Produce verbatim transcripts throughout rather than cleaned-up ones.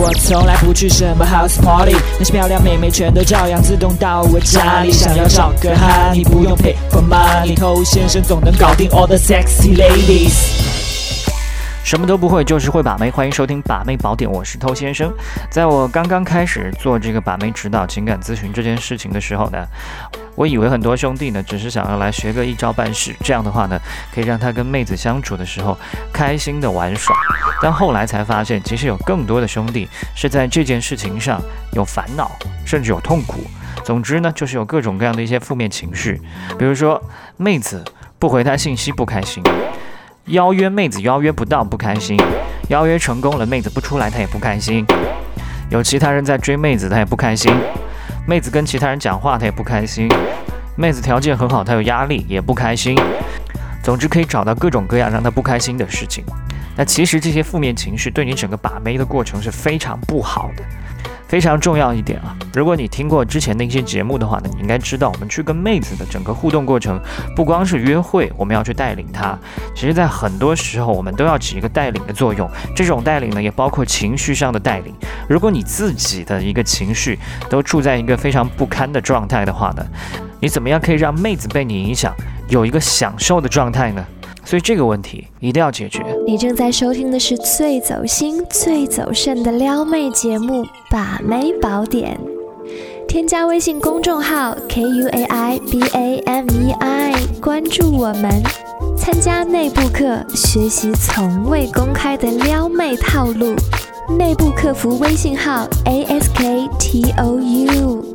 我从来不去什么 house party， 那些漂亮妹妹全都照样自动到我家里。想要找个哈，你不用 pay for money， 偷先生总能搞定 all the sexy ladies。 什么都不会，就是会把妹。欢迎收听把妹宝典，我是偷先生。在我刚刚开始做这个把妹指导、情感咨询这件事情的时候呢，我以为很多兄弟呢只是想要来学个一招半式，这样的话呢，可以让他跟妹子相处的时候开心的玩耍。但后来才发现，其实有更多的兄弟是在这件事情上有烦恼，甚至有痛苦。总之呢，就是有各种各样的一些负面情绪，比如说妹子不回他信息不开心。邀约妹子邀约不到不开心，邀约成功了妹子不出来他也不开心，有其他人在追妹子他也不开心，妹子跟其他人讲话他也不开心，妹子条件很好他有压力也不开心。总之可以找到各种各样让他不开心的事情。那其实这些负面情绪对你整个把妹的过程是非常不好的。非常重要一点啊，如果你听过之前的一些节目的话呢，你应该知道我们去跟妹子的整个互动过程，不光是约会，我们要去带领她。其实在很多时候我们都要起一个带领的作用，这种带领呢也包括情绪上的带领。如果你自己的一个情绪都处在一个非常不堪的状态的话呢，你怎么样可以让妹子被你影响，有一个享受的状态呢？所以这个问题一定要解决。 你正在收听的是最走心、最走肾的撩妹节目《把妹宝典》，添加微信公众号 K U A I B A M E I， 关注我们，参加内部课，学习从未公开的撩妹套路。内部客服微信号 A S K T O U。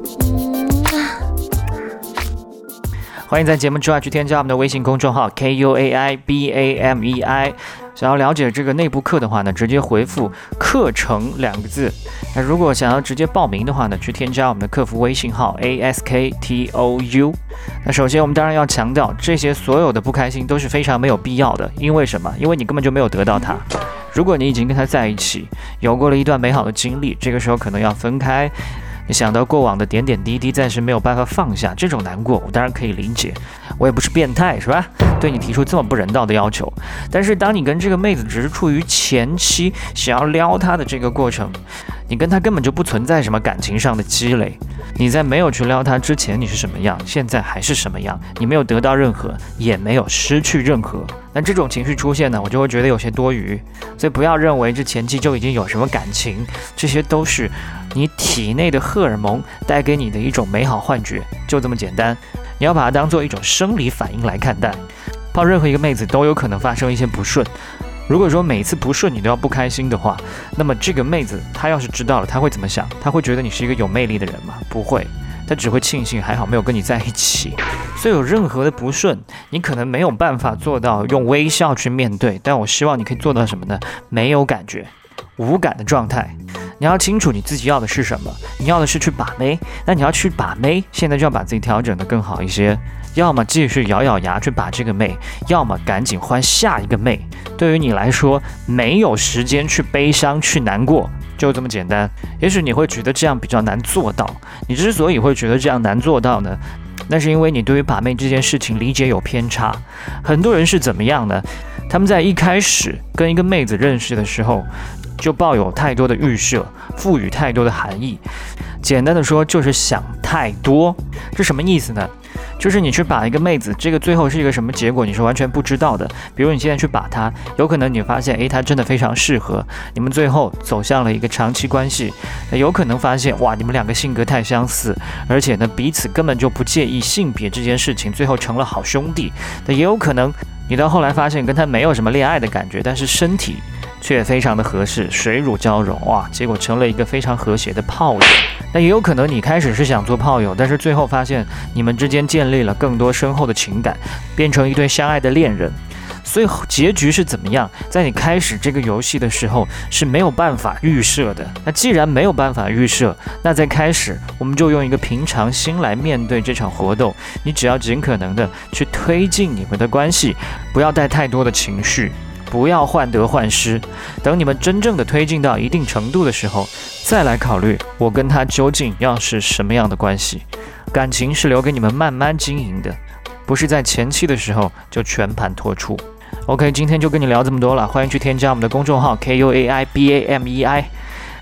欢迎在节目之外去添加我们的微信公众号 K U A I B A M E I。 想要了解这个内部课的话呢，直接回复课程两个字。那如果想要直接报名的话呢，去添加我们的客服微信号 A S K T O U。 那首先我们当然要强调，这些所有的不开心都是非常没有必要的。因为什么？因为你根本就没有得到它。如果你已经跟他在一起，有过了一段美好的经历，这个时候可能要分开，你想到过往的点点滴滴，暂时没有办法放下，这种难过我当然可以理解，我也不是变态是吧？对你提出这么不人道的要求。但是当你跟这个妹子只是处于前期想要撩她的这个过程，你跟她根本就不存在什么感情上的积累。你在没有去撩她之前你是什么样，现在还是什么样，你没有得到任何，也没有失去任何。那这种情绪出现呢，我就会觉得有些多余。所以不要认为这前期就已经有什么感情，这些都是你体内的荷尔蒙带给你的一种美好幻觉，就这么简单。你要把它当做一种生理反应来看待。泡任何一个妹子都有可能发生一些不顺，如果说每一次不顺你都要不开心的话，那么这个妹子她要是知道了，她会怎么想？她会觉得你是一个有魅力的人吗？不会，她只会庆幸还好没有跟你在一起。所以有任何的不顺，你可能没有办法做到用微笑去面对，但我希望你可以做到什么呢？没有感觉，无感的状态。你要清楚你自己要的是什么，你要的是去把妹，那你要去把妹，现在就要把自己调整得更好一些，要么继续咬咬牙去把这个妹，要么赶紧换下一个妹。对于你来说，没有时间去悲伤去难过，就这么简单。也许你会觉得这样比较难做到，你之所以会觉得这样难做到呢，那是因为你对于把妹这件事情理解有偏差。很多人是怎么样呢？他们在一开始跟一个妹子认识的时候，就抱有太多的预设，赋予太多的含义。简单的说，就是想太多。这什么意思呢？就是你去把一个妹子，这个最后是一个什么结果，你是完全不知道的。比如你现在去把她，有可能你发现，诶，她真的非常适合，你们最后走向了一个长期关系。那有可能发现，哇，你们两个性格太相似，而且呢，彼此根本就不介意性别这件事情，最后成了好兄弟。那也有可能，你到后来发现跟她没有什么恋爱的感觉，但是身体却非常的合适，水乳交融，哇，结果成了一个非常和谐的炮友。那也有可能你开始是想做炮友，但是最后发现你们之间建立了更多深厚的情感，变成一对相爱的恋人。所以结局是怎么样，在你开始这个游戏的时候是没有办法预设的。那既然没有办法预设，那在开始我们就用一个平常心来面对这场活动。你只要尽可能的去推进你们的关系，不要带太多的情绪，不要患得患失。等你们真正的推进到一定程度的时候，再来考虑我跟他究竟要是什么样的关系。感情是留给你们慢慢经营的，不是在前期的时候就全盘托出。OK， 今天就跟你聊这么多了，欢迎去添加我们的公众号 K U A I B A M E I。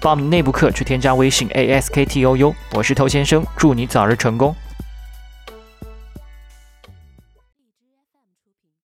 报名内部课去添加微信 A S K T O U， 我是头先生，祝你早日成功。